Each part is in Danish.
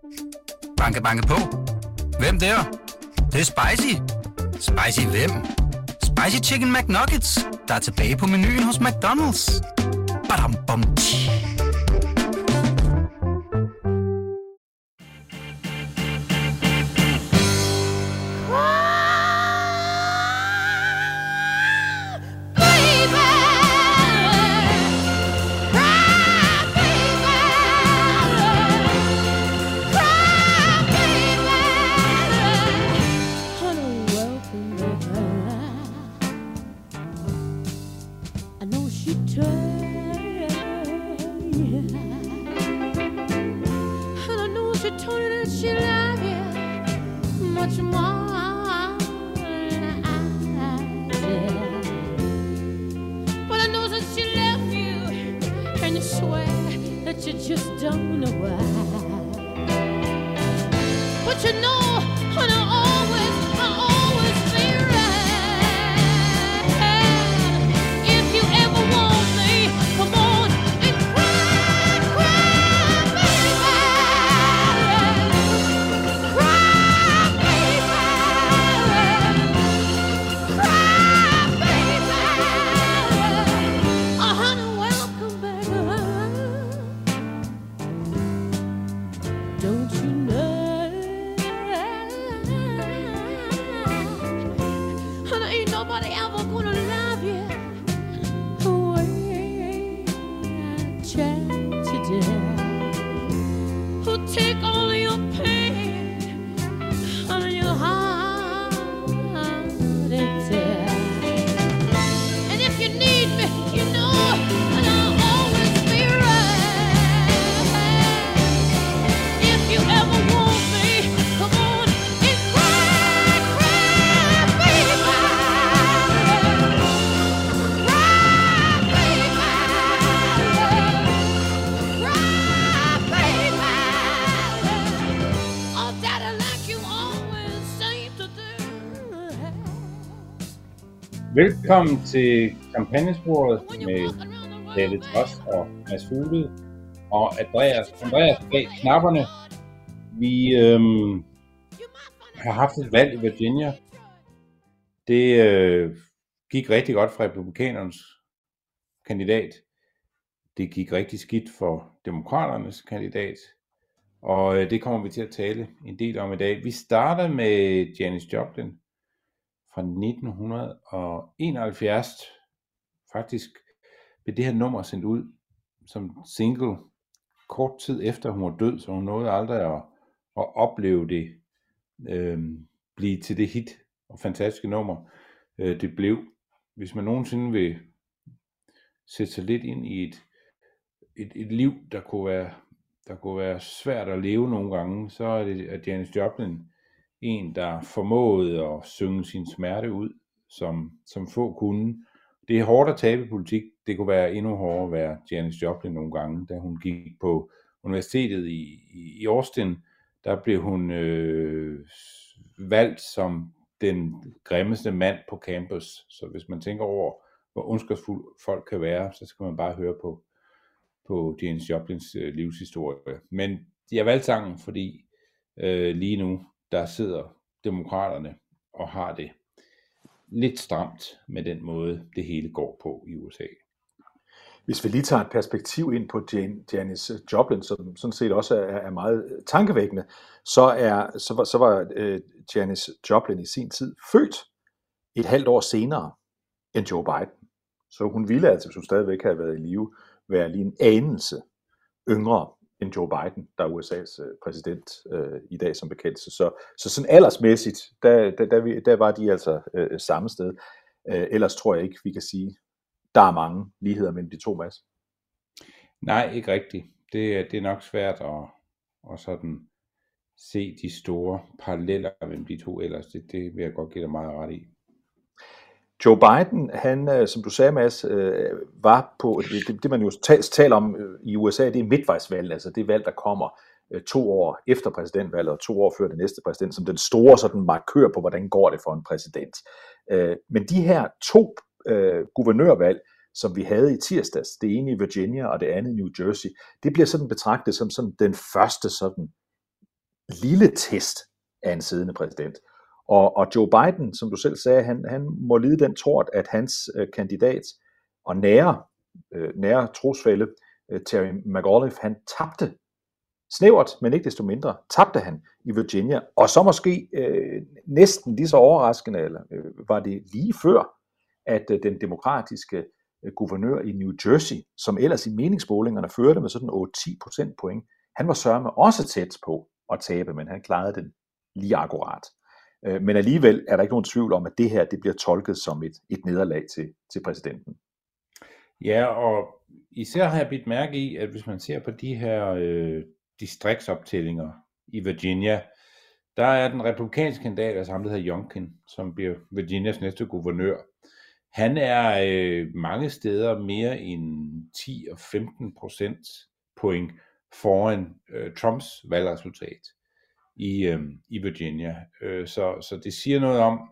Banke, banke på. Hvem der? Det er spicy. Spicy hvem? Spicy Chicken McNuggets, der er tilbage på menuen hos McDonald's. Badum, bom, tji. Velkommen til kampagnesporet med David Trost og Mads Fuglede og Andreas bag knapperne. Vi har haft et valg i Virginia. Det gik rigtig godt for republikanernes kandidat. Det gik rigtig skidt for demokraternes kandidat. Og det kommer vi til at tale en del om i dag. Vi starter med Janis Joplin fra 1971. Faktisk blev det her nummer sendt ud som single kort tid efter hun var død, så hun nåede aldrig at opleve det blive til det hit og fantastiske nummer det blev. Hvis man nogensinde vil sætte sig lidt ind i et liv, der kunne være svært at leve nogle gange, så er det at Janis Joplin en, der formåede at synge sin smerte ud, som få kunne. Det er hårdt at tabe politik. Det kunne være endnu hårdere at være Janis Joplin nogle gange, da hun gik på universitetet i Austin. Der blev hun valgt som den grimmeste mand på campus. Så hvis man tænker over, hvor ondskabsfuld folk kan være, så skal man bare høre på Janis Joplins livshistorie. Men jeg valgte sangen, fordi lige nu, der sidder demokraterne og har det lidt stramt med den måde, det hele går på i USA. Hvis vi lige tager et perspektiv ind på Janis Joplin, som sådan set også er meget tankevækkende, så var Janis Joplin i sin tid født et halvt år senere end Joe Biden. Så hun ville altså, hvis hun stadigvæk havde været i live, være lige en anelse yngre end Joe Biden, der er USA's præsident i dag som bekendt. Så sådan aldersmæssigt, der var de altså samme sted. Ellers tror jeg ikke, vi kan sige, der er mange ligheder mellem de to, Mads. Nej, ikke rigtigt. Det er nok svært at sådan se de store paralleller mellem de to ellers. Det vil jeg godt give dig meget ret i. Joe Biden, han, som du sagde, Mads, var på, det man jo taler om i USA, det er midtvejsvalg, altså det valg, der kommer 2 år efter præsidentvalget og 2 år før det næste præsident, som den store sådan markør på, hvordan går det for en præsident. Men de her 2 guvernørvalg, som vi havde i tirsdags, det ene i Virginia og det andet i New Jersey, det bliver sådan betragtet som sådan den første sådan lille test af en siddende præsident. Og Joe Biden, som du selv sagde, han må lide den tort, at hans kandidat og nære trosfælle, Terry McAuliffe, han tabte snævert, men ikke desto mindre, tabte han i Virginia. Og så måske næsten lige så overraskende, eller var det lige før, at den demokratiske guvernør i New Jersey, som ellers i meningsmålingerne førte med sådan 8-10 procentpoint, han var sørme også tæt på at tabe, men han klarede den lige akkurat. Men alligevel er der ikke nogen tvivl om, at det her det bliver tolket som et nederlag til præsidenten. Ja, og især har jeg bidt mærke i, at hvis man ser på de her distriktsoptællinger i Virginia, der er den republikanske kandidat, altså ham der hedder Youngkin, som bliver Virginias næste guvernør. Han er mange steder mere end 10 og 15% foran Trumps valgresultat i Virginia. Så det siger noget om,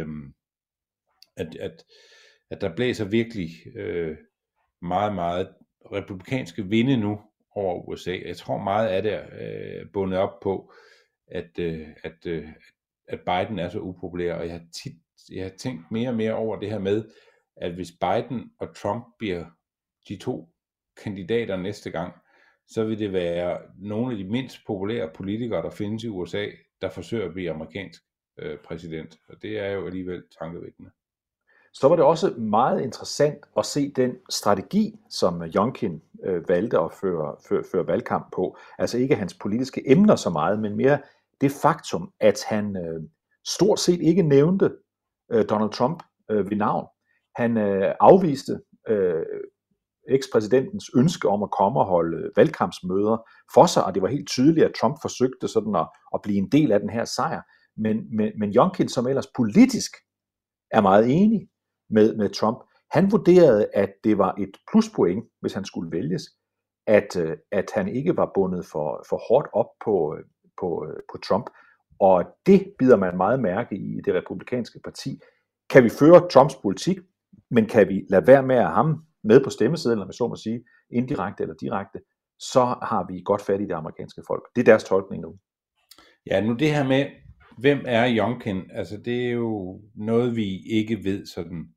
at der blæser virkelig meget, meget republikanske vinde nu over USA. Jeg tror meget af det er bundet op på, at Biden er så upopulær, og jeg har tænkt mere og mere over det her med, at hvis Biden og Trump bliver de to kandidater næste gang, så vil det være nogle af de mindst populære politikere, der findes i USA, der forsøger at blive amerikansk præsident. Og det er jo alligevel tankevækkende. Så var det også meget interessant at se den strategi, som Youngkin valgte at føre valgkamp på. Altså ikke hans politiske emner så meget, men mere det faktum, at han stort set ikke nævnte Donald Trump ved navn. Han afviste ekspræsidentens ønske om at komme og holde valgkampsmøder for sig, og det var helt tydeligt, at Trump forsøgte sådan at blive en del af den her sejr. Men Youngkin, som ellers politisk er meget enig med Trump, han vurderede, at det var et pluspoint, hvis han skulle vælges, at han ikke var bundet for hårdt op på Trump. Og det bider man meget mærke i det republikanske parti. Kan vi føre Trumps politik, men kan vi lade være med at have ham med på stemmesedlen, om jeg så må sige, indirekte eller direkte, så har vi godt fat i det amerikanske folk. Det er deres tolkning nu. Ja, nu det her med, hvem er Youngkin? Altså det er jo noget, vi ikke ved sådan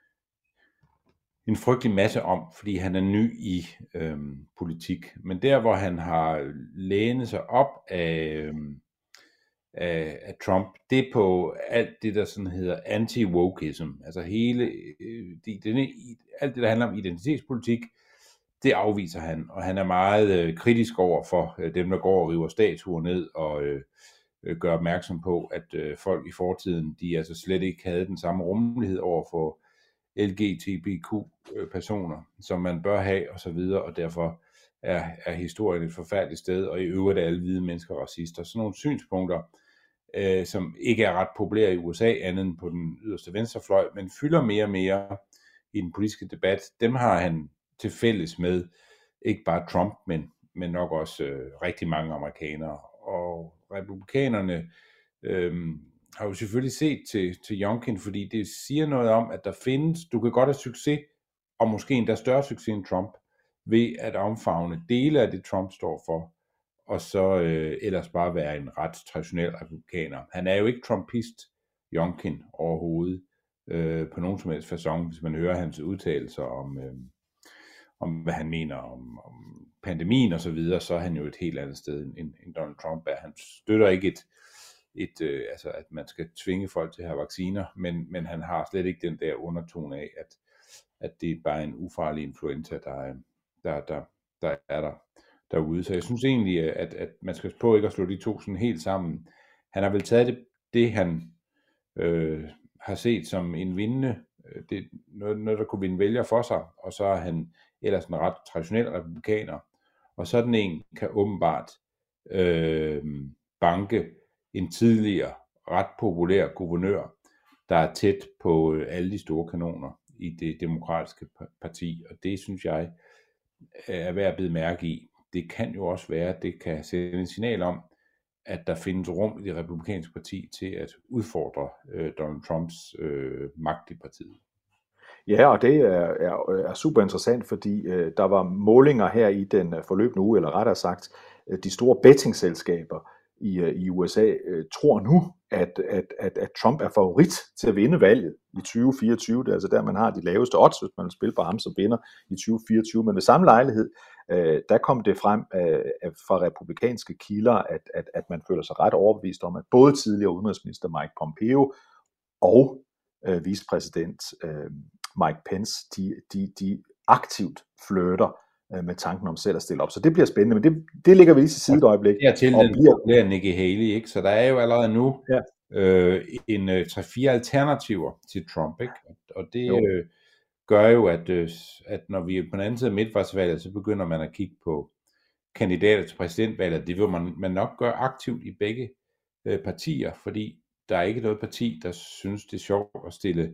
en frygtelig masse om, fordi han er ny i politik. Men der, hvor han har lænet sig op af Trump, det er på alt det, der sådan hedder anti-wokeism. Altså alt det, der handler om identitetspolitik, det afviser han. Og han er meget kritisk over for dem, der går og river statuer ned og gør opmærksom på, at folk i fortiden, de altså slet ikke havde den samme rummelighed over for LGBTQ-personer, som man bør have, og så videre, og derfor er historien et forfærdeligt sted, og i øvrigt er alle hvide mennesker racister. Sådan nogle synspunkter, som ikke er ret populære i USA, andet end på den yderste venstrefløj, men fylder mere og mere i den politiske debat, dem har han til fælles med, ikke bare Trump, men nok også rigtig mange amerikanere. Og republikanerne har jo selvfølgelig set til Youngkin, fordi det siger noget om, at der findes, du kan godt have succes, og måske endda større succes end Trump, ved at omfavne dele af det, Trump står for, og så ellers bare være en ret traditionel republikaner. Han er jo ikke trumpist, Youngkin, overhovedet, på nogen som helst facon, hvis man hører hans udtalelser om hvad han mener om pandemien og så videre, så er han jo et helt andet sted end Donald Trump er. Han støtter ikke altså at man skal tvinge folk til at have vacciner, men han har slet ikke den der undertone af, at det er bare en ufarlig influenza, der er der derude. Så jeg synes egentlig, at man skal på ikke at slå de to sådan helt sammen. Han har vel taget det han har set som en vindende, noget der kunne vinde vælger for sig, og så er han ellers en ret traditionel republikaner, og sådan en kan åbenbart banke en tidligere ret populær guvernør, der er tæt på alle de store kanoner i det demokratiske parti, og det synes jeg er værd at bide mærke i. Det kan jo også være, at det kan sætte en signal om, at der findes rum i det republikanske parti til at udfordre Donald Trumps magt i partiet. Ja, og det er super interessant, fordi der var målinger her i den forløbende uge, eller rettere sagt, de store bettingselskaber i USA tror nu, at Trump er favorit til at vinde valget i 2024. Det er altså der, man har de laveste odds, hvis man vil spille på ham som vinder i 2024. Men ved samme lejlighed, der kom det frem fra republikanske kilder, at man føler sig ret overbevist om, at både tidligere udenrigsminister Mike Pompeo og vicepræsident Mike Pence, de aktivt flirter med tanken om selv at stille op. Så det bliver spændende, men det ligger vi lige til side et øjeblik. Det er til den populære Nikki Haley, ikke? Så der er jo allerede nu en 3-4 alternativer til Trump, ikke? Og det gør jo, at når vi er på den anden side af midtvejsvalget, så begynder man at kigge på kandidater til præsidentvalget. Det vil man nok gøre aktivt i begge partier, fordi der er ikke noget parti, der synes, det er sjovt at stille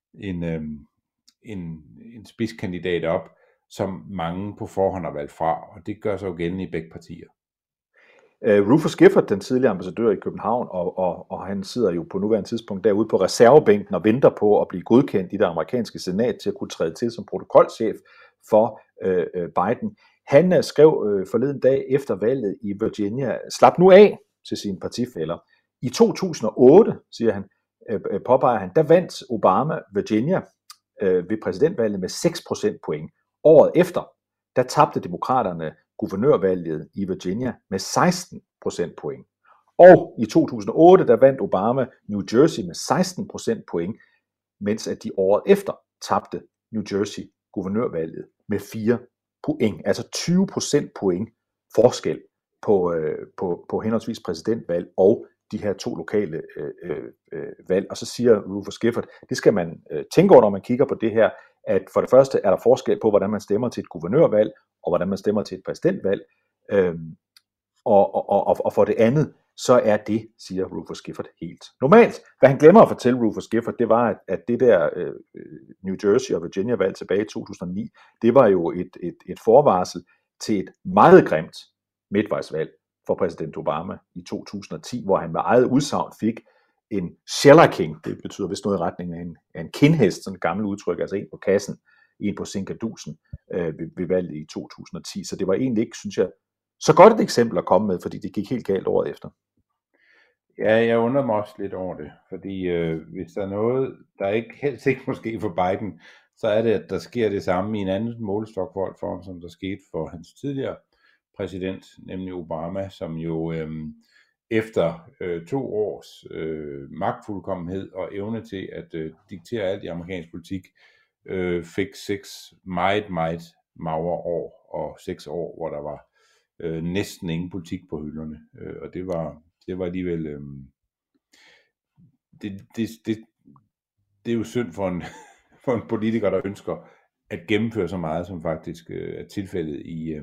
en spidskandidat op, som mange på forhånd har valgt fra, og det gør sig jo gældende i begge partier. Rufus Gifford, den tidligere ambassadør i København, og han sidder jo på nuværende tidspunkt derude på reservebænken og venter på at blive godkendt i det amerikanske senat til at kunne træde til som protokolchef for Biden. Han skrev forleden dag efter valget i Virginia, slap nu af til sine partifæller. I 2008, siger han, påpeger han, der vandt Obama Virginia ved præsidentvalget med 6 procentpoint. Året efter, der tabte demokraterne guvernørvalget i Virginia med 16 procentpoint. Og i 2008, der vandt Obama New Jersey med 16 procentpoint, mens at de året efter tabte New Jersey guvernørvalget med 4 point. Altså 20 procentpoint forskel på henholdsvis præsidentvalg og de her to lokale valg. Og så siger Rufus Gifford, det skal man tænke over, når man kigger på det her, at for det første er der forskel på, hvordan man stemmer til et guvernørvalg, og hvordan man stemmer til et præsidentvalg. Og for det andet, så er det, siger Rufus Gifford, helt normalt. Hvad han glemmer at fortælle Rufus Gifford, det var, at det der New Jersey og Virginia-valg tilbage i 2009, det var jo et forvarsel til et meget grimt midtvejsvalg for præsident Obama i 2010, hvor han med eget udsagn fik en shellacking, det betyder vist noget i retning af en kindhest, sådan et gammelt udtryk, altså en på kassen, en på sinkadusen ved valget i 2010. Så det var egentlig ikke, synes jeg, så godt et eksempel at komme med, fordi det gik helt galt året efter. Ja, jeg undrer mig også lidt over det, fordi hvis der er noget, der ikke helst ikke måske for Biden, så er det, at der sker det samme i en anden målestok for ham, som der skete for hans tidligere præsident, nemlig Obama, som jo efter 2 års magtfuldkommenhed og evne til at diktere alt i amerikansk politik, fik 6 meget, meget magre år, og 6 år, hvor der var næsten ingen politik på hylderne. Og det var alligevel... det er jo synd for en politiker, der ønsker at gennemføre så meget, som faktisk er tilfældet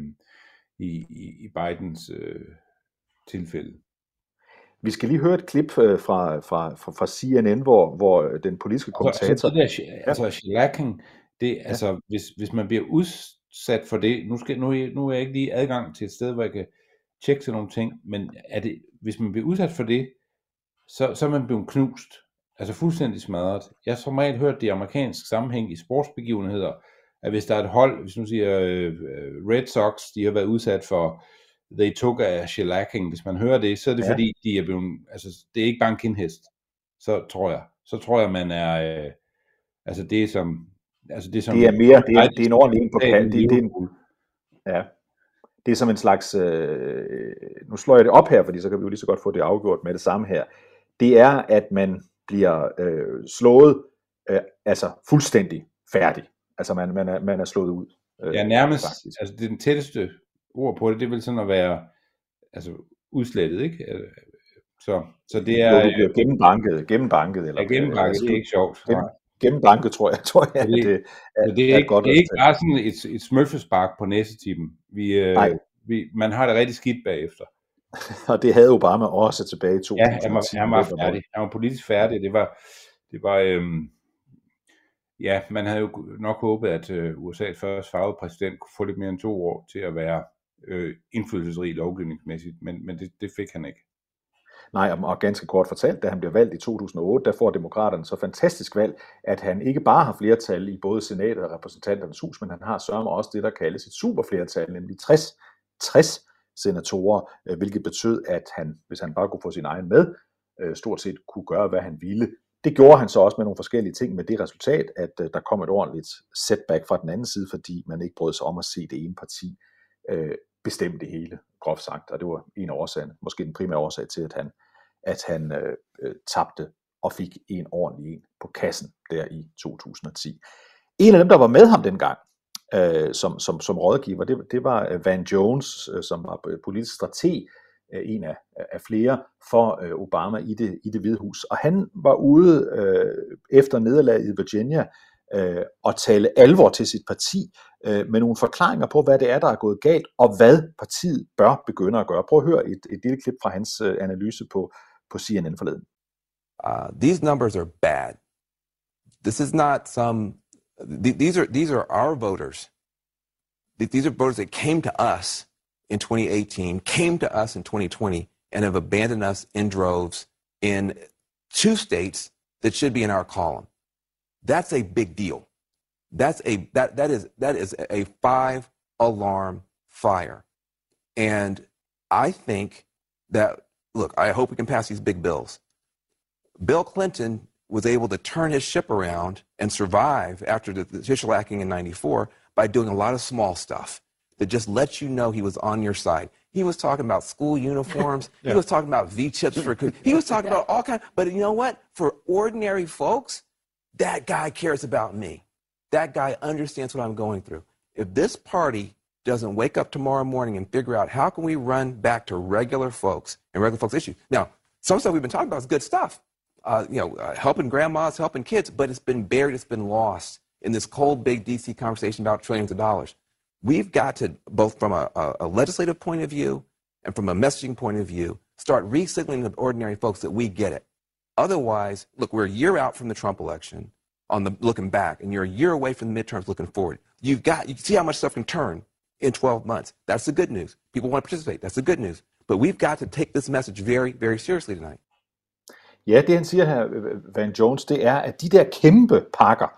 i Bidens tilfælde. Vi skal lige høre et klip fra CNN, hvor den politiske kommentator... Altså shellacking, altså hvis man bliver udsat for det, nu er jeg ikke lige adgang til et sted, hvor jeg kan tjekke til nogle ting, men hvis man bliver udsat for det, så er man blevet knust, altså fuldstændig smadret. Jeg har som regel hørt det i amerikansk sammenhæng i sportsbegivenheder, at hvis der er et hold, hvis nu siger Red Sox, de har været udsat for they took a shellacking, hvis man hører det, så er det fordi, de er blevet, altså det er ikke bare en kindhest, så tror jeg, man er, altså det er som, det er mere, det er en ordentlig en på kant, det er som en slags, nu slår jeg det op her, fordi så kan vi jo lige så godt få det afgjort med det samme her, det er, at man bliver slået, altså fuldstændig færdig, altså man er slået ud. Ja, nærmest, altså det er den tætteste ord på det, det vil sådan at være altså udslettet, ikke? Så det er... Jo, det bliver gennembanket. Eller, gennembanket, det er ikke sjovt. Gennembanket, tror jeg. Det er ikke bare sådan et smølfespark på næsetippen. Man har det rigtig skidt bagefter. Og det havde Obama også tilbage i 2010. Ja, han var færdig. Han var politisk færdig. Det var man havde jo nok håbet, at USA's første farvede præsident kunne få lidt mere end 2 år til at være indflydelsesrig lovgivningsmæssigt, men det fik han ikke. Nej, og ganske kort fortalt, da han bliver valgt i 2008, der får demokraterne så fantastisk valg, at han ikke bare har flertal i både senatet og repræsentanternes hus, men han har sørme også det, der kaldes et superflertal, nemlig 60 senatorer, hvilket betød, at han, hvis han bare kunne få sin egen med, stort set kunne gøre, hvad han ville. Det gjorde han så også med nogle forskellige ting, med det resultat, at der kom et ordentligt setback fra den anden side, fordi man ikke brød sig om at se det ene parti bestemme det hele, groft sagt. Og det var en af årsagerne, måske den primære årsag til, at han tabte og fik en ordentlig en på kassen der i 2010. En af dem, der var med ham dengang, som rådgiver, det var Van Jones, som var politisk strateg, en af flere for Obama i det Hvide Hus. Og han var ude efter nederlaget i Virginia og tale alvor til sit parti med nogle forklaringer på, hvad det er, der er gået galt, og hvad partiet bør begynde at gøre. Prøv at høre et lille klip fra hans analyse på CNN forleden. These numbers are bad. This is not some. These are our voters. These are voters that came to us in 2018, came to us in 2020, and have abandoned us in droves in 2 states that should be in our column. That's a big deal. That is a 5-alarm fire. And I think that, look, I hope we can pass these big bills. Bill Clinton was able to turn his ship around and survive after the shellacking in 94 by doing a lot of small stuff that just lets you know he was on your side. He was talking about school uniforms. Yeah. He was talking about V-chips for cookies. He was talking about all kinds. But you know what? For ordinary folks, that guy cares about me. That guy understands what I'm going through. If this party doesn't wake up tomorrow morning and figure out how can we run back to regular folks and regular folks' issues. Now, some stuff we've been talking about is good stuff. Helping grandmas, helping kids, but it's been buried, it's been lost in this cold, big DC conversation about trillions of dollars. We've got to, both from a legislative point of view and from a messaging point of view, start re-signaling to ordinary folks that we get it. Otherwise, look, we're a year out from the Trump election looking back, and you're a year away from the midterms looking forward. You can see how much stuff can turn in 12 months. That's the good news. People want to participate. That's the good news. But we've got to take this message very, very seriously tonight. Ja, det han siger her, Van Jones, det er, at de der kæmpe pakker,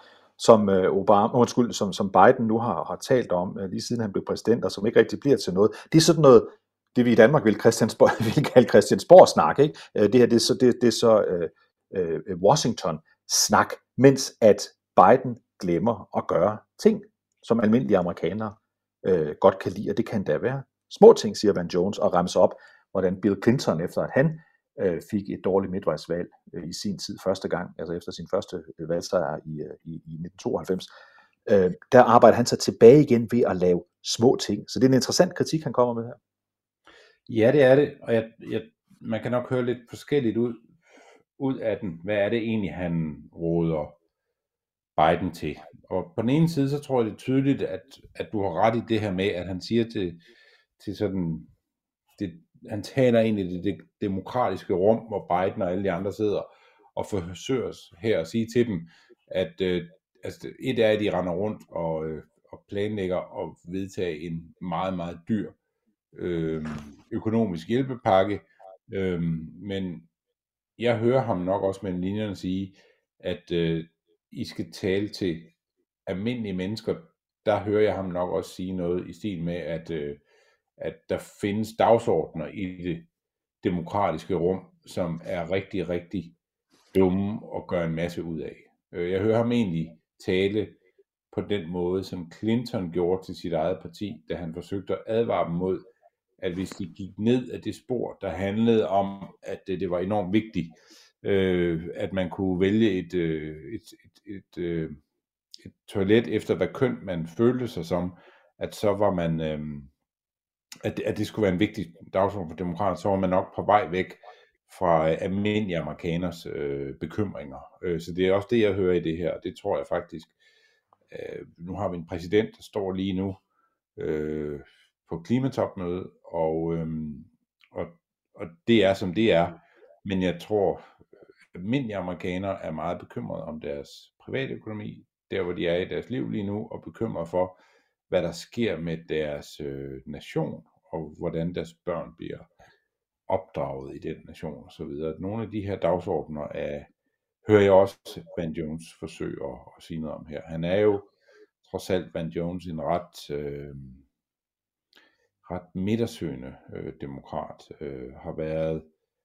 som Biden nu har talt om, lige siden han blev præsident, og som ikke rigtig bliver til noget, det er sådan noget, det vi i Danmark vil kalde Christiansborg-snak, ikke? Det her, det er så Washington-snak, mens at Biden glemmer at gøre ting, som almindelige amerikanere godt kan lide, og det kan da være små ting, siger Van Jones, og remser op, hvordan Bill Clinton, efter at han fik et dårligt midtvejsvalg i sin tid første gang, altså efter sin første valgsejr i 1992, der arbejder han sig tilbage igen ved at lave små ting. Så det er en interessant kritik, han kommer med her. Ja, det er det, og man kan nok høre lidt forskelligt ud af den. Hvad er det egentlig, han råder Biden til? Og på den ene side, så tror jeg, det er tydeligt, at du har ret i det her med, at han siger til sådan, han taler ind i det demokratiske rum, hvor Biden og alle de andre sidder og forsøger her at sige til dem, at et er, at de render rundt og planlægger at vedtage en meget, meget dyr økonomisk hjælpepakke, men jeg hører ham nok også mellem linjerne sige, at I skal tale til almindelige mennesker. Der hører jeg ham nok også sige noget i stil med, at der findes dagsordner i det demokratiske rum, som er rigtig, rigtig dumme og gør en masse ud af. Jeg hører ham egentlig tale på den måde, som Clinton gjorde til sit eget parti, da han forsøgte at advare dem mod, at hvis de gik ned af det spor, der handlede om, at det var enormt vigtigt, at man kunne vælge et toilet efter, hvad køn man følte sig som, at så var man, at det skulle være en vigtig dagsorden for demokrater, så var man nok på vej væk fra almindelige amerikaners bekymringer. Så det er også det, jeg hører i det her. Det tror jeg faktisk. Nu har vi en præsident, der står lige nu på klimatopmødet, og det er, som det er. Men jeg tror, almindelige amerikanere er meget bekymrede om deres private økonomi, der hvor de er i deres liv lige nu, og bekymrede for, hvad der sker med deres nation, og hvordan deres børn bliver opdraget i den nation osv. Nogle af de her dagsordner hører jeg også Van Jones forsøge at sige noget om her. Han er jo trods alt Van Jones en ret ret midtersøgende demokrat, har været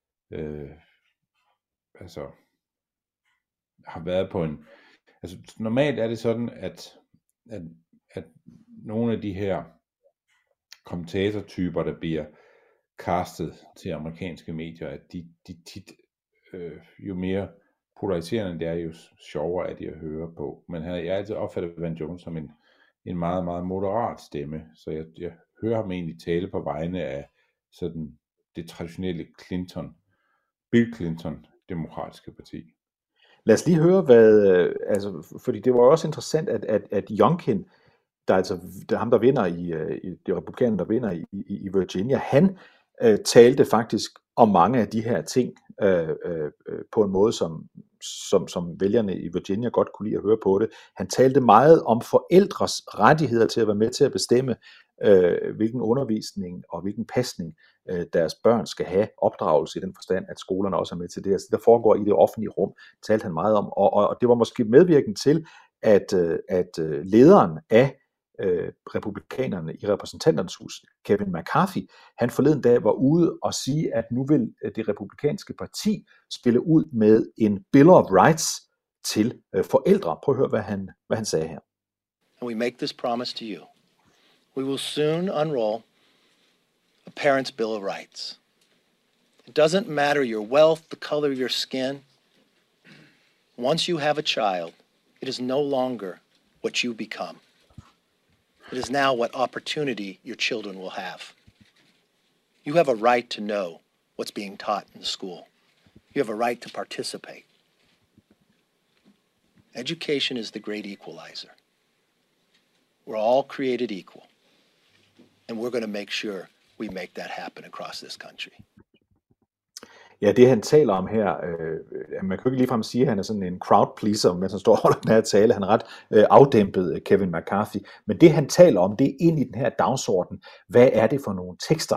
har været på en, altså normalt er det sådan, at nogle af de her kommentatortyper, der bliver castet til amerikanske medier, at de tit, jo mere polariserende det er, jo sjovere er de at høre på. Men jeg har altid opfattet Van Jones som en meget, meget moderat stemme, så jeg hører ham egentlig tale på vegne af sådan det traditionelle Bill Clinton demokratiske parti. Lad os lige høre, fordi det var også interessant, at Youngkin, der er ham, der vinder i de republikanere, der vinder i Virginia, han talte faktisk om mange af de her ting på en måde, som vælgerne i Virginia godt kunne lide at høre på det. Han talte meget om forældres rettigheder til at være med til at bestemme, hvilken undervisning og hvilken pasning deres børn skal have, opdragelse i den forstand, at skolerne også er med til det. Altså, der foregår i det offentlige rum, talte han meget om, og det var måske medvirkende til, at lederen af republikanerne i repræsentanternes hus, Kevin McCarthy, han forleden dag var ude og sige, at nu vil det republikanske parti spille ud med en Bill of Rights til forældre. Prøv at høre, hvad han sagde her. And we make this promise to you. We will soon unroll a parent's Bill of Rights. It doesn't matter your wealth, the color of your skin. Once you have a child, it is no longer what you become. It is now what opportunity your children will have. You have a right to know what's being taught in the school. You have a right to participate. Education is the great equalizer. We're all created equal. And we're going to make sure we make that happen across this country. Ja, det han taler om her, man kan jo ikke ligefrem sige, at han er sådan en crowd pleaser, mens han står og holder den her tale. Han er ret afdæmpet, Kevin McCarthy. Men det han taler om, det er ind i den her dagsorden. Hvad er det for nogle tekster,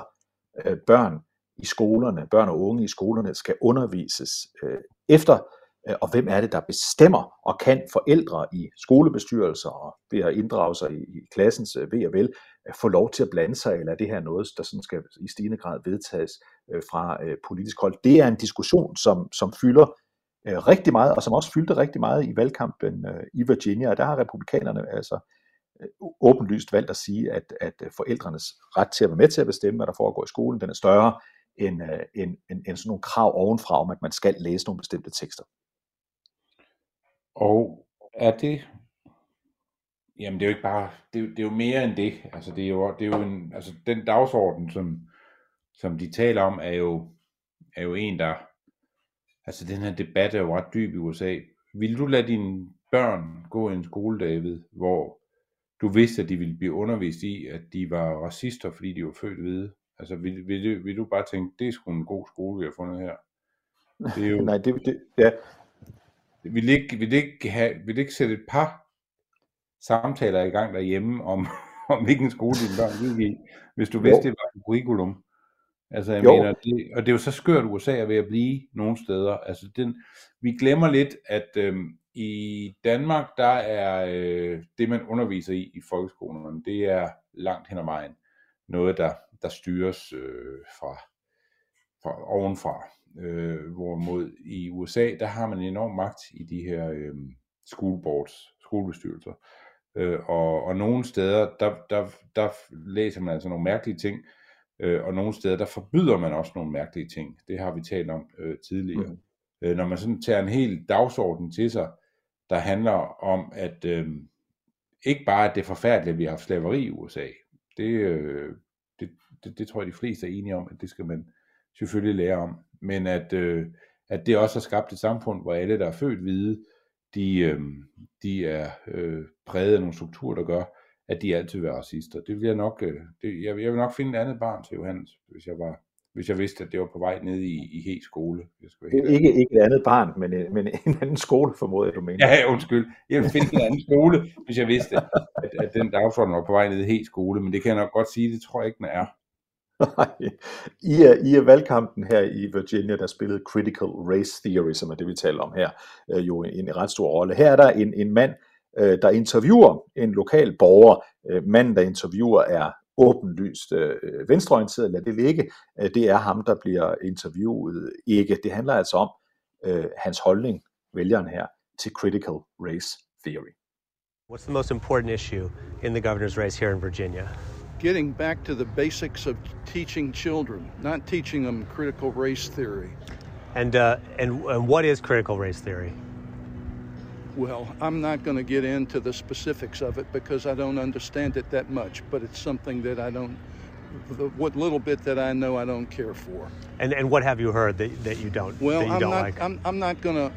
børn og unge i skolerne skal undervises efter, og hvem er det, der bestemmer, og kan forældre i skolebestyrelser og ved at inddrage sig i klassens ved og vel få lov til at blande sig, eller er det her noget, der sådan skal i stigende grad vedtages fra politisk hold. Det er en diskussion, som fylder rigtig meget, og som også fyldte rigtig meget i valgkampen i Virginia, og der har republikanerne altså åbenlyst valgt at sige, at forældrenes ret til at være med til at bestemme, hvad der foregår i skolen, den er større end sådan nogle krav ovenfra om, at man skal læse nogle bestemte tekster. Og er det, jamen det er jo ikke bare, det er jo mere end det. Altså det er jo en, altså den dagsorden, som de taler om, er jo en, der, altså den her debat er jo ret dyb i USA. Vil du lade dine børn gå i en skole, David, hvor du vidste, at de ville blive undervist i, at de var racister, fordi de var født hvide? Altså vil du bare tænke, det er sgu en god skole, vi har fundet her? Det er jo, Nej, ja. Vil ikke sætte et par samtaler i gang derhjemme om hvilken skole dine børn gik i, hvis du vidste, det var et curriculum? Altså jeg mener, og det er jo så skørt USA er ved at blive nogle steder. Altså vi glemmer lidt, at i Danmark, der er det, man underviser i folkeskolerne, det er langt hen ad vejen noget, der styres fra ovenfra. Hvorimod i USA, der har man en enorm magt i de her skolebestyrelser. Og nogle steder, der læser man altså nogle mærkelige ting, og nogle steder, der forbyder man også nogle mærkelige ting. Det har vi talt om tidligere. Når man sådan tager en hel dagsorden til sig, der handler om, at ikke bare, at det er forfærdeligt, at vi har haft slaveri i USA. Det tror jeg, de fleste er enige om, at det skal man selvfølgelig lære om. Men at det også har skabt et samfund, hvor alle, der er født hvide, de er præget af nogle strukturer, der gør, at de altid vil være racister. Det vil jeg nok, jeg vil nok finde et andet barn til Johannes, hvis jeg vidste, at det var på vej ned i He skole. Ikke et andet barn, men en anden skole, formoder jeg, du mener. Ja, undskyld. Jeg vil finde en anden skole, hvis jeg vidste, at den dagsorden var på vej ned i He skole, men det kan jeg nok godt sige, det tror jeg ikke, den er. I valgkampen her i Virginia, der spillede Critical Race Theory, som er det, vi taler om her, jo en ret stor rolle. Her er der en mand, der interviewer en lokal borger. Manden, der interviewer, er åbenlyst venstreorienteret, lad det ligge. Det er ham, der bliver interviewet, ikke. Det handler altså om hans holdning, vælgeren her, til critical race theory. What's the most important issue in the governor's race here in Virginia? Getting back to the basics of teaching children, not teaching them critical race theory. And what is critical race theory? Well, I'm not going to get into the specifics of it because I don't understand it that much, but it's something that what little bit that I know I don't care for. And what have you heard that you don't? Well, that you don't like? I'm not going to,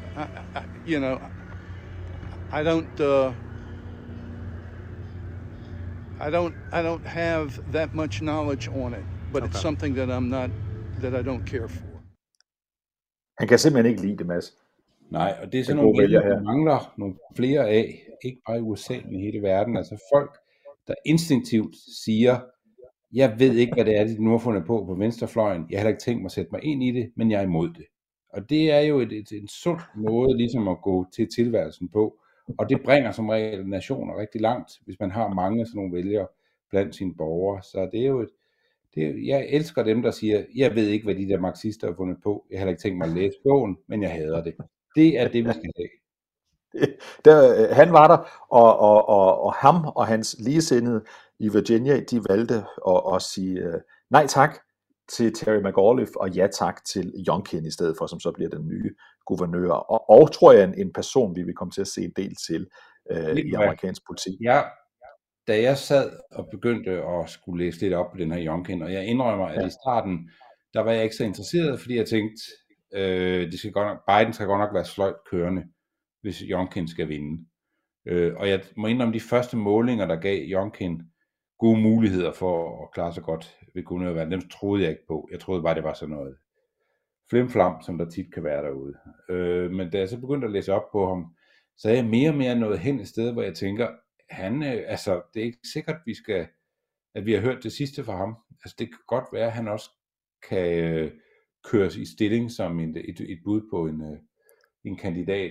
I don't have that much knowledge on it, but It's something that I don't care for. Han kan simpelthen ikke lide det, Mads. Nej, og det er sådan nogle vælgere, der mangler nogle flere af, ikke bare i USA, men i hele verden. Altså folk, der instinktivt siger, jeg ved ikke, hvad det er, de nu har fundet på venstrefløjen. Jeg har heller ikke tænkt mig at sætte mig ind i det, men jeg er imod det. Og det er jo en sund måde ligesom at gå til tilværelsen på. Og det bringer som regel nationer rigtig langt, hvis man har mange sådan nogle vælgere blandt sine borgere. Så det er jo jeg elsker dem, der siger, jeg ved ikke, hvad de der marxister har fundet på. Jeg har heller ikke tænkt mig at læse bogen, men jeg hader det. Det er det, vi skal have. Han var der, og ham og hans ligesindede i Virginia, de valgte at sige nej tak til Terry McAuliffe, og ja tak til Youngkin i stedet for, som så bliver den nye guvernør. Og tror jeg, en person, vi vil komme til at se en del til i amerikansk politik. Ja, da jeg sad og begyndte at skulle læse lidt op på den her Youngkin, og jeg indrømmer, at i starten, der var jeg ikke så interesseret, fordi jeg tænkte, Biden skal godt nok være sløjt kørende, hvis Youngkin skal vinde. Og jeg må indrømme, de første målinger, der gav Youngkin gode muligheder for at klare sig godt ved guvernørvalget, dem troede jeg ikke på. Jeg troede bare, det var sådan noget flimflam, som der tit kan være derude. Men da jeg så begyndte at læse op på ham, så er jeg mere og mere nået hen et sted, hvor jeg tænker, det er ikke sikkert, at vi har hørt det sidste fra ham. Altså det kan godt være, at han også kan køres i stilling som et bud på en kandidat.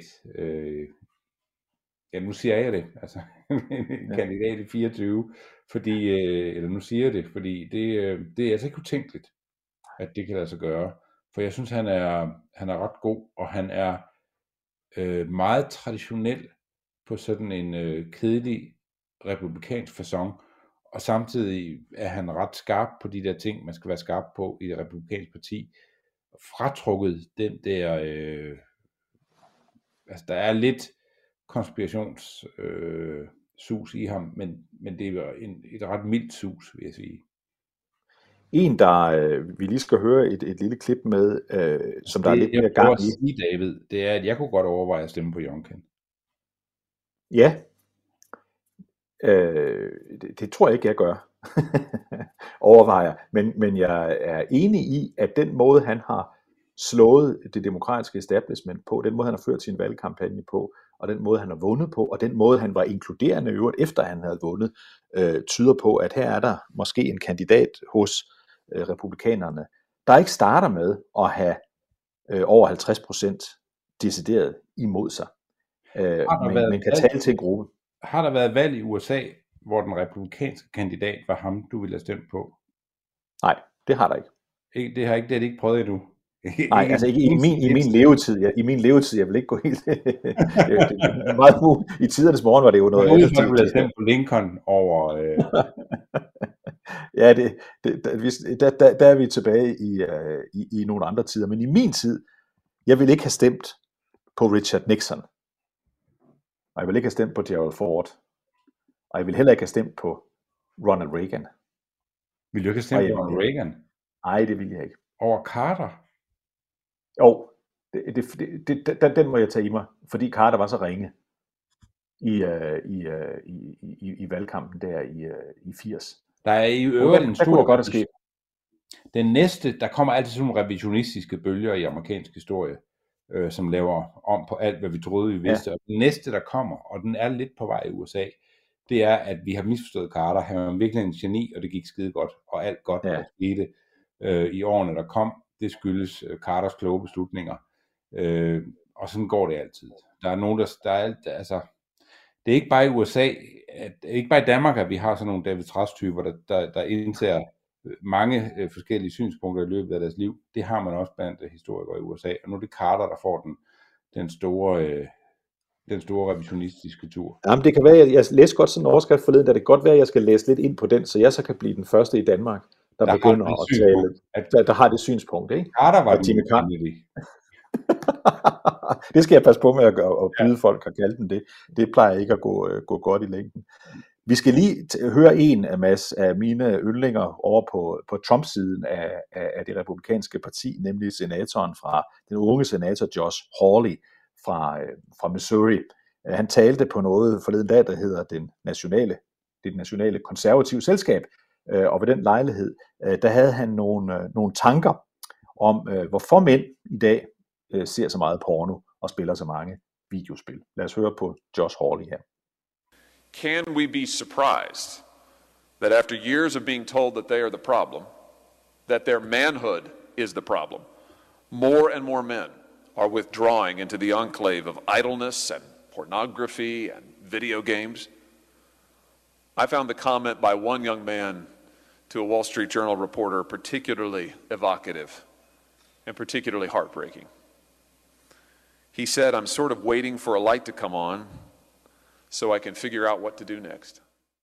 Nu siger jeg det, altså en kandidat i 24, fordi, eller nu siger jeg det, fordi det er altså ikke utænkeligt, at det kan lade sig gøre. For jeg synes, han er ret god, og han er meget traditionel på sådan en kedelig republikansk facon, og samtidig er han ret skarp på de der ting, man skal være skarp på i det republikanske parti. Fratrukket den der, altså der er lidt konspirationssus i ham, men det er et ret mildt sus, vil jeg sige. En, der vi lige skal høre et lille klip med, som der er lidt mere gang i. Sige, David, det er, at jeg kunne godt overveje at stemme på Youngkin. Ja, det tror jeg ikke, jeg gør. Overvejer. Men jeg er enig i, at den måde, han har slået det demokratiske establishment på, den måde, han har ført sin valgkampagne på, og den måde, han har vundet på, og den måde, han var inkluderende i øvrigt, efter han havde vundet, tyder på, at her er der måske en kandidat hos republikanerne, der ikke starter med at have over 50% decideret imod sig, men kan tale til en gruppe. Har der været valg i USA, hvor den republikanske kandidat var ham, du ville have stemt på? Nej, det har der ikke. Det har det ikke prøvet endnu. Nej, altså ikke i min levetid. I min levetid, jeg vil ikke gå helt. Det meget i tidernes morgen var det jo noget. Jeg ville have stemt på Lincoln over. Ja, der er vi tilbage i nogle andre tider. Men i min tid, jeg ville ikke have stemt på Richard Nixon. Og jeg ville ikke have stemt på Gerald Ford. Og jeg ville heller ikke have stemt på Ronald Reagan. Vil du ikke have stemt på Ronald Reagan? Nej, det ville jeg ikke. Over Carter? Jo, den må jeg tage i mig, fordi Carter var så ringe i valgkampen der i 80. Der er i øvrigt en stor... godt at ske. Den næste, der kommer altid sådan nogle revisionistiske bølger i amerikansk historie, som laver om på alt, hvad vi troede, vi vidste. Ja. Og den næste, der kommer, og den er lidt på vej i USA, det er, at vi har misforstået Carter. Han var virkelig en geni, og det gik skide godt, og alt godt, der skete i årene, der kom. Det skyldes Carters kloge beslutninger. Og sådan går det altid. Der er nogen, der er alt, altså, det er ikke bare i USA, ikke bare i Danmark, at vi har sådan nogle David Trask-typer, der indtager mange forskellige synspunkter i løbet af deres liv. Det har man også blandt historikere i USA, og nu er det Carter, der får den store revisionistiske tur. Jamen, det kan være, jeg læste godt sådan en overskrift forleden, da det kan godt være, at jeg skal læse lidt ind på den, så jeg så kan blive den første i Danmark, der begynder at tale, der har det synspunkt, ikke? Carter var Jimmy Carter. Det skal jeg passe på med at byde folk at kalde den det. Det plejer ikke at gå godt i længden. Vi skal lige høre en af mine yndlinger over på Trump-siden af det republikanske parti, nemlig senatoren den unge senator Josh Hawley fra Missouri. Han talte på noget forleden dag, der hedder det nationale konservative selskab, og ved den lejlighed, der havde han nogle tanker om, hvorfor mænd i dag ser så meget porno og spiller så mange videospil. Lad os høre på Josh Hawley her. Can we be surprised that after years of being told that they are the problem, that their manhood is the problem, more and more men are withdrawing into the enclave of idleness and pornography and video games? I found the comment by one young man to a Wall Street Journal reporter particularly evocative and particularly heartbreaking. He said, "I'm sort of waiting for a light to come on so I can figure out what to do next."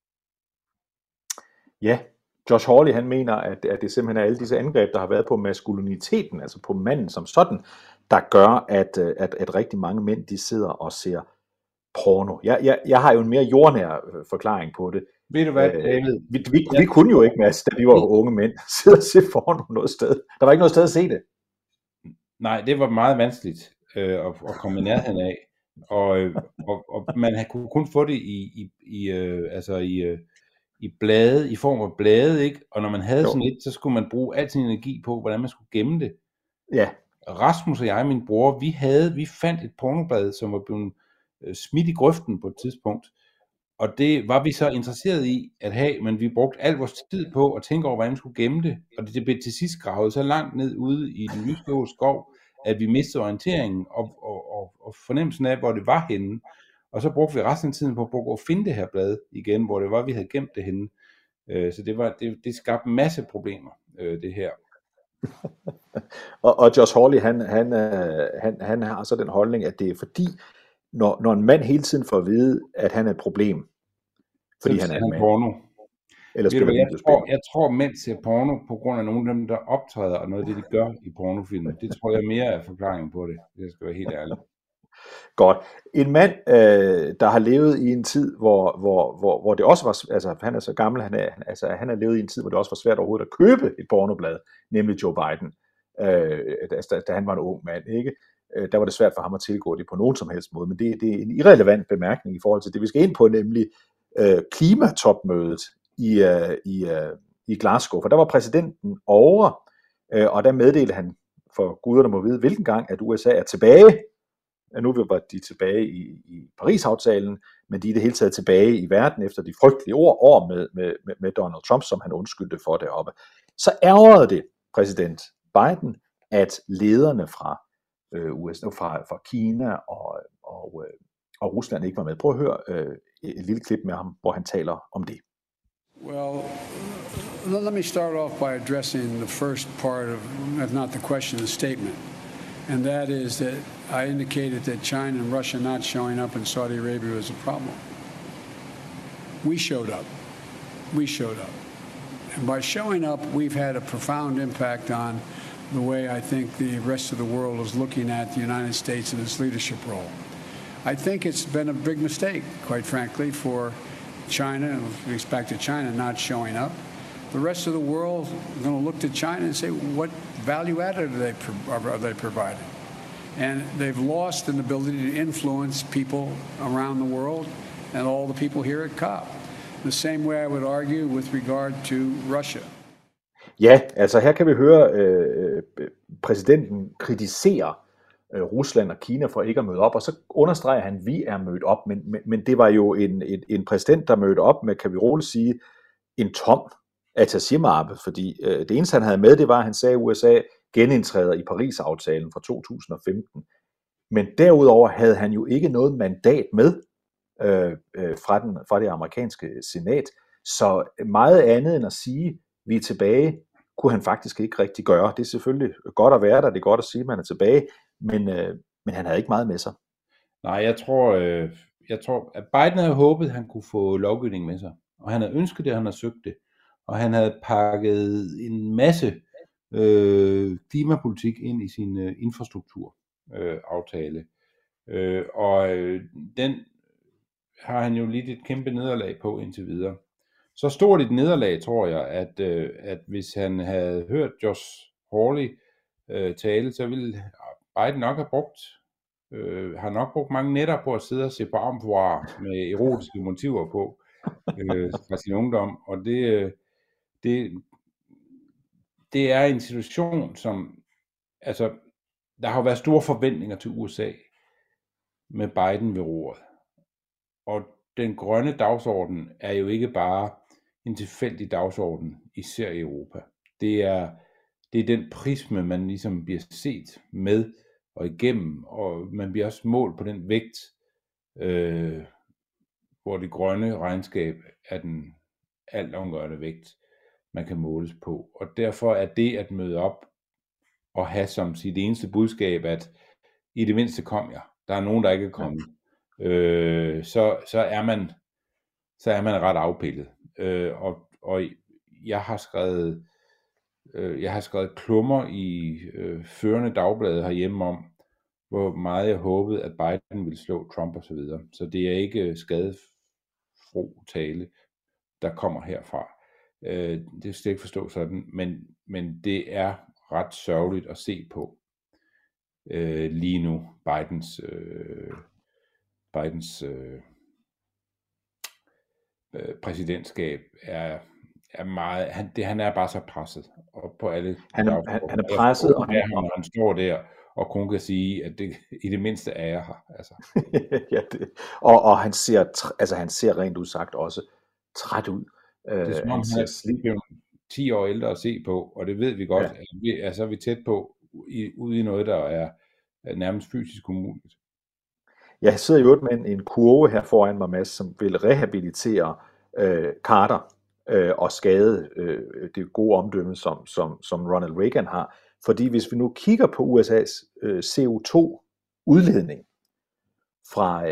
Ja, Josh Hawley, han mener, at det simpelthen er alle disse angreb, der har været på maskuliniteten, altså på manden som sådan, der gør, at rigtig mange mænd, de sidder og ser porno. Jeg har jo en mere jordnær forklaring på det. Ved du hvad, David? Vi kunne jo ikke, Mads, da vi var unge mænd, sidde og se porno noget sted. Der var ikke noget sted at se det. Nej, det var meget vanskeligt at komme i nærheden af. Og man kunne kun få det i blade, i form af blade, ikke? Og når man havde sådan et, så skulle man bruge al sin energi på, hvordan man skulle gemme det. Ja. Rasmus og jeg, min bror, vi fandt et pornoblad, som var blevet smidt i grøften på et tidspunkt. Og det var vi så interesseret i at have, men vi brugte al vores tid på at tænke over, hvordan man skulle gemme det. Og det blev til sidst gravet så langt ned ude i den jyske skov, at vi mistede orienteringen og fornemmelsen af, hvor det var henne. Og så brugte vi resten af tiden på at finde det her blad igen, hvor det var, vi havde gemt det henne. Så det skabte en masse problemer, det her. og Josh Hawley, han har så den holdning, at det er fordi, når en mand hele tiden får at vide, at han er et problem, fordi han er en mand. Porno. Jeg tror, mænd ser porno på grund af nogle af dem, der optræder, og noget af det, de gør i pornofilmen. Det tror jeg mere er forklaringen på det. Det skal være helt ærligt. Godt. En mand, der har levet i en tid, hvor det også var, altså han er så gammel, han har levet i en tid, hvor det også var svært overhovedet at købe et pornoblad, nemlig Joe Biden, da han var en ung mand, ikke? Der var det svært for ham at tilgå det på nogen som helst måde, men det er en irrelevant bemærkning i forhold til det, vi skal ind på, nemlig klimatopmødet i Glasgow, for der var præsidenten over, og der meddelte han, for guderne må vide, hvilken gang, at USA er tilbage. Nu var de tilbage i Paris-aftalen, men de er det hele taget tilbage i verden efter de frygtelige år med Donald Trump, som han undskyldte for deroppe. Så ærgerede det præsident Biden, at lederne fra USA, fra Kina og Rusland ikke var med. Prøv at høre et lille klip med ham, hvor han taler om det. Well, let me start off by addressing the first part of, if not the question, the statement. And that is that I indicated that China and Russia not showing up in Saudi Arabia was a problem. We showed up. We showed up. And by showing up, we've had a profound impact on the way I think the rest of the world is looking at the United States and its leadership role. I think it's been a big mistake, quite frankly, for China, and we expect China not showing up. The rest of the world is going to look to China and say, what value added are they providing? And they've lost an ability to influence people around the world and all the people here at COP. The same way I would argue with regard to Russia. Ja, altså her kan vi høre præsidenten kritisere Rusland og Kina for ikke at møde op, og så understreger han, at vi er mødt op, men det var jo en præsident, der mødte op med, kan vi roligt sige, en tom attachemappe, fordi det eneste, han havde med, det var, at han sagde, at USA genindtræder i Paris-aftalen fra 2015. Men derudover havde han jo ikke noget mandat med fra det amerikanske senat. Så meget andet end at sige, vi er tilbage, kunne han faktisk ikke rigtig gøre. Det er selvfølgelig godt at være der, det er godt at sige, at man er tilbage, men han havde ikke meget med sig. Nej, jeg tror, at Biden havde håbet, at han kunne få lovgivning med sig. Og han havde ønsket det, og han havde søgt det. Og han havde pakket en masse klimapolitik ind i sin infrastrukturaftale. Den har han jo lidt et kæmpe nederlag på indtil videre. Så stort et nederlag, tror jeg, at hvis han havde hørt Josh Hawley tale, så ville Biden nok have har nok brugt mange nætter på at sidde og se på armfoire med erotiske motiver på fra sin ungdom. Og det er en situation, som, altså, der har været store forventninger til USA med Biden ved roret. Og den grønne dagsorden er jo ikke bare en tilfældig dagsorden, især i Europa. Det er den prisme, man ligesom bliver set med og igennem, og man bliver også målt på den vægt, hvor det grønne regnskab er den altafgørende vægt, man kan måles på. Og derfor er det at møde op og have som sit eneste budskab, at i det mindste kom jeg. Der er nogen, der ikke er kommet. Så er man ret afpillet. Og jeg har skrevet klummer i førende dagblade herhjemme om, hvor meget jeg håbede, at Biden ville slå Trump og så videre. Så det er ikke skadefro tale, der kommer herfra. Det skal jeg ikke forstå sådan, men det er ret sørgeligt at se på lige nu. Bidens præsidentskab er meget, han er bare så presset og på alle. Han er presset, og han står der og kun kan sige, at det, i det mindste er jeg her. Altså. Ja, og han ser rent udsagt også træt ud. Det er som om han er 10 år ældre at se på, og det ved vi godt. Ja. Så er vi tæt på ude i noget, der er nærmest fysisk umuligt. Jeg sidder jo med en kurve her foran mig, Mads, som vil rehabilitere Carter og skade det gode omdømme, som Ronald Reagan har. Fordi hvis vi nu kigger på USA's CO2-udledning fra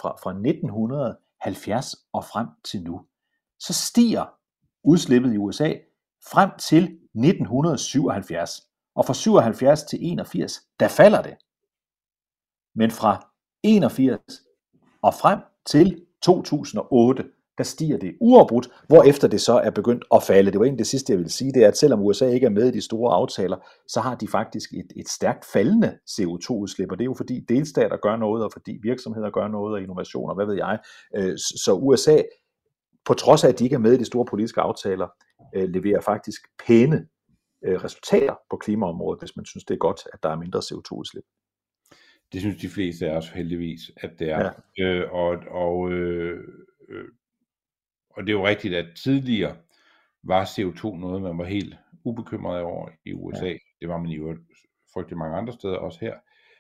1970 og frem til nu, så stiger udslippet i USA frem til 1977. Og fra 77 til 81, der falder det. Men fra 81 og frem til 2008, der stiger det uafbrudt, hvorefter det så er begyndt at falde. Det var egentlig det sidste, jeg ville sige, det er, at selvom USA ikke er med i de store aftaler, så har de faktisk et stærkt faldende CO2-udslip, og det er jo fordi delstater gør noget, og fordi virksomheder gør noget, og innovationer, hvad ved jeg. Så USA, på trods af, at de ikke er med i de store politiske aftaler, leverer faktisk pæne resultater på klimaområdet, hvis man synes, det er godt, at der er mindre CO2-udslip. Det synes de fleste af os heldigvis, at det er. Ja. Og det er jo rigtigt, at tidligere var CO2 noget, man var helt ubekymret over i USA. Ja. Det var man jo frygtelig mange andre steder, også her.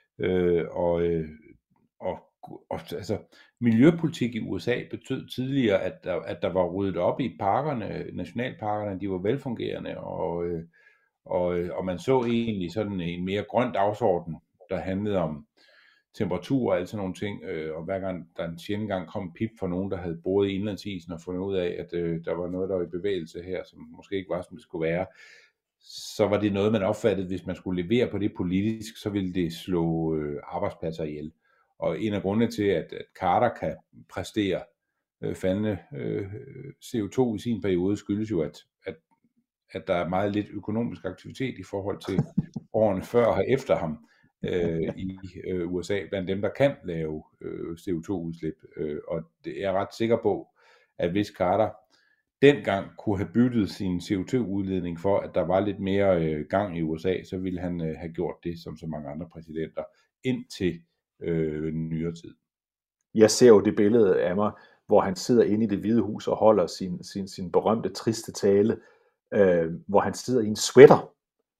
Altså, miljøpolitik i USA betød tidligere, at der var ryddet op i parkerne, nationalparkerne, de var velfungerende, og man så egentlig sådan en mere grøn dagsorden, der handlede om temperatur og alt sådan nogle ting, og hver gang der en sjældent gang kom pip for nogen, der havde boret i indlandsisen og fundet ud af, at der var noget, der var i bevægelse her, som måske ikke var, som det skulle være, så var det noget, man opfattede, hvis man skulle levere på det politisk, så ville det slå arbejdspladser ihjel. Og en af grundene til, at Carter kan præstere faldende CO2 i sin periode, skyldes jo, at der er meget lidt økonomisk aktivitet i forhold til årene før og efter ham i USA, blandt dem, der kan lave CO2-udslip. Og det er jeg ret sikker på, at hvis Carter dengang kunne have byttet sin CO2-udledning for, at der var lidt mere gang i USA, så ville han have gjort det, som så mange andre præsidenter, indtil nyere tid. Jeg ser jo det billede af mig, hvor han sidder inde i Det Hvide Hus og holder sin berømte triste tale, hvor han sidder i en sweater,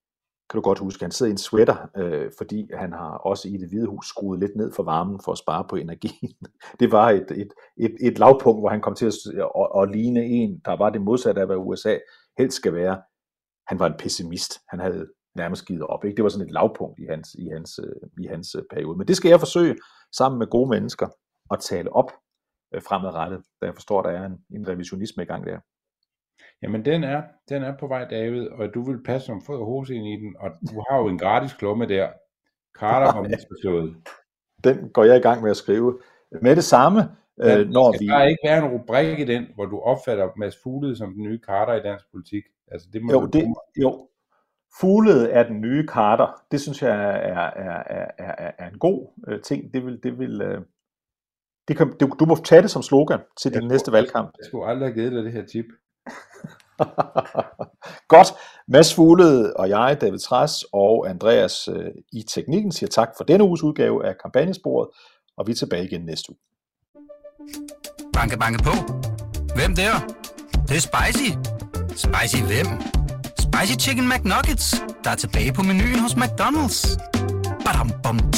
kan du godt huske, han sidder i en sweater, fordi han har også i Det Hvide Hus skruet lidt ned for varmen for at spare på energien. Det var et lavpunkt, hvor han kom til at ligne en, der var det modsatte af, hvad USA helst skal være. Han var en pessimist. Han havde nærmest givet op. Ikke? Det var sådan et lavpunkt i hans periode. Men det skal jeg forsøge sammen med gode mennesker at tale op fremadrettet, da jeg forstår, at der er en revisionisme i gang der. Jamen, den er på vej, David, og du vil passe som fod og hose ind i den, og du har jo en gratis klumme der. Carter var misforstået. Den går jeg i gang med at skrive med det samme, når vi... Der ikke være en rubrik i den, hvor du opfatter Mads Fuglede som den nye Carter i dansk politik? Altså, det må jo. Fuglede er den nye Carter. Det synes jeg er en god ting. Du må tage det som slogan til din næste valgkamp. Jeg skulle aldrig have givet dig det her tip. Godt. Mads Fuglede og jeg, David Trads og Andreas i teknikken siger tak for denne uges udgave af Kampagnesporet, og vi er tilbage igen næste uge. Banke, banke på. Hvem der? Det er spicy. Spicy hvem? Spicy Chicken McNuggets, der er tilbage på menuen hos McDonald's. Badum, bom,